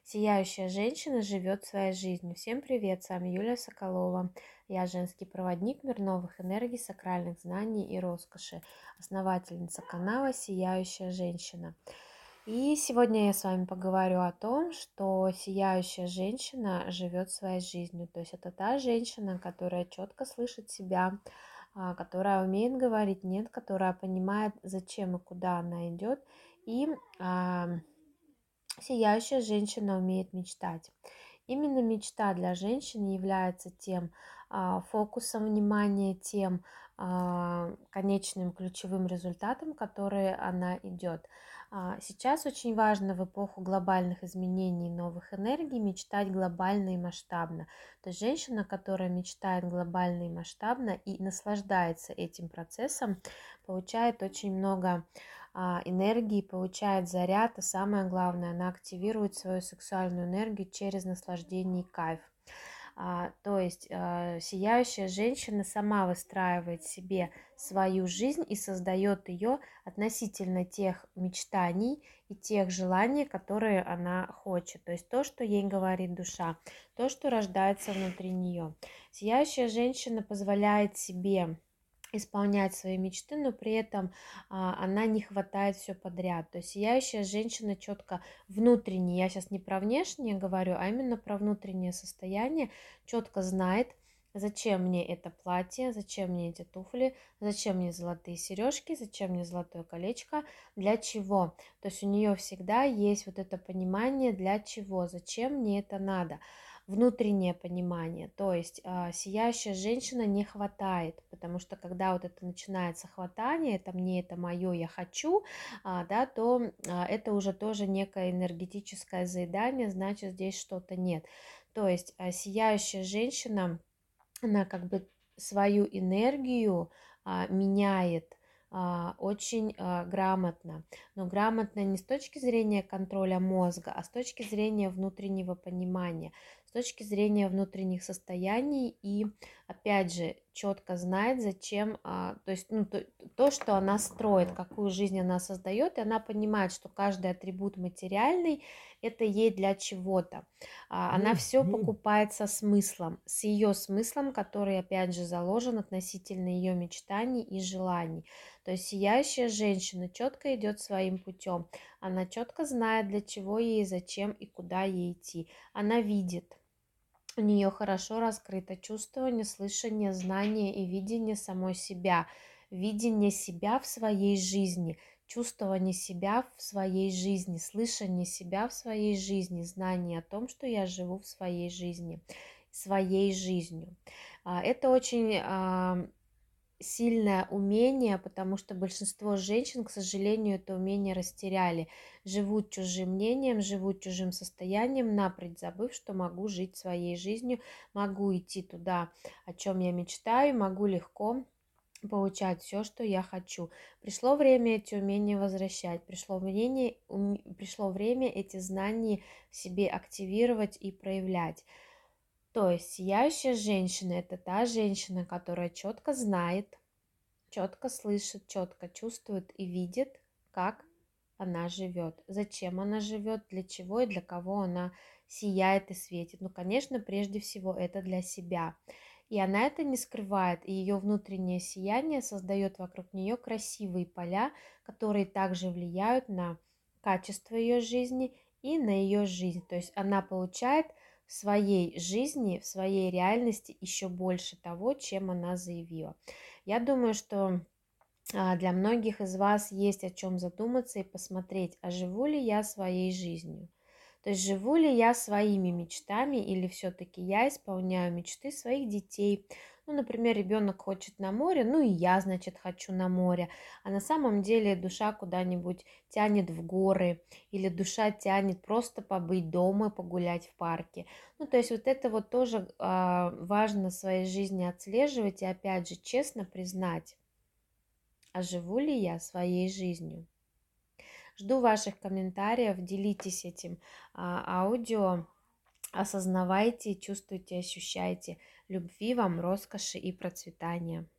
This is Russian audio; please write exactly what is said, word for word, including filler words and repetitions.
Сияющая женщина живет своей жизнью. Всем привет, с вами Юлия Соколова. Я женский проводник, мир новых энергий, сакральных знаний и роскоши, основательница канала «Сияющая женщина». И сегодня я с вами поговорю о том, что сияющая женщина живет своей жизнью. То есть это та женщина, которая четко слышит себя, а, которая умеет говорить «нет», которая понимает, зачем и куда она идет, и а, сияющая женщина умеет мечтать. Именно мечта для женщины является тем а, фокусом внимания, тем а, конечным ключевым результатом, который она идет. А, сейчас очень важно в эпоху глобальных изменений, новых энергий мечтать глобально и масштабно. То есть женщина, которая мечтает глобально и масштабно и наслаждается этим процессом, получает очень много энергии, получает заряд, а самое главное, она активирует свою сексуальную энергию через наслаждение и кайф. А, то есть а, сияющая женщина сама выстраивает себе свою жизнь и создает ее относительно тех мечтаний и тех желаний, которые она хочет. То есть то, что ей говорит душа, то, что рождается внутри нее. Сияющая женщина позволяет себе исполнять свои мечты, но при этом а, она не хватает все подряд. То есть сияющая женщина четко внутренне, я сейчас не про внешнее говорю, а именно про внутреннее состояние, четко знает, зачем мне это платье, зачем мне эти туфли, зачем мне золотые сережки, зачем мне золотое колечко, для чего. То есть у нее всегда есть вот это понимание, для чего, зачем мне это надо. Внутреннее понимание, то есть э, сияющая женщина не хватает, потому что когда вот это начинается хватание, это мне, это мое, я хочу, а, да, то а, это уже тоже некое энергетическое заедание, значит здесь что-то нет. То есть а, сияющая женщина, она как бы свою энергию а, меняет а, очень а, грамотно, но грамотно не с точки зрения контроля мозга, а с точки зрения внутреннего понимания, с точки зрения внутренних состояний и, опять же, четко знает, зачем, а, то есть ну, то, то, что она строит, какую жизнь она создает, и она понимает, что каждый атрибут материальный, это ей для чего-то. А, она все покупает со смыслом, с ее смыслом, который, опять же, заложен относительно ее мечтаний и желаний. То есть сияющая женщина четко идет своим путем. Она четко знает, для чего ей, зачем и куда ей идти. Она видит. У нее хорошо раскрыто чувствование, слышание, знание и видение самой себя. Видение себя в своей жизни, чувствование себя в своей жизни, слышание себя в своей жизни, знание о том, что я живу в своей жизни, своей жизнью. Это очень сильное умение, потому что большинство женщин, к сожалению, это умение растеряли. Живут чужим мнением, живут чужим состоянием, напрочь забыв, что могу жить своей жизнью, могу идти туда, о чем я мечтаю, могу легко получать все, что я хочу. Пришло время эти умения возвращать, пришло время, ум, пришло время эти знания в себе активировать и проявлять. То есть сияющая женщина – это та женщина, которая четко знает, четко слышит, четко чувствует и видит, как она живет, зачем она живет, для чего и для кого она сияет и светит. Ну, конечно, прежде всего это для себя. И она это не скрывает, и ее внутреннее сияние создает вокруг нее красивые поля, которые также влияют на качество ее жизни и на ее жизнь. То есть она получает в своей жизни, в своей реальности еще больше того, чем она заявила. Я думаю, что для многих из вас есть о чем задуматься и посмотреть, а живу ли я своей жизнью. То есть живу ли я своими мечтами или все-таки я исполняю мечты своих детей. Ну, например, ребенок хочет на море, ну и я, значит, хочу на море. А на самом деле душа куда-нибудь тянет в горы или душа тянет просто побыть дома, погулять в парке. Ну, то есть вот это вот тоже а, важно в своей жизни отслеживать и опять же честно признать, а живу ли я своей жизнью. Жду ваших комментариев, делитесь этим а, аудио, осознавайте, чувствуйте, ощущайте. Любви вам, роскоши и процветания.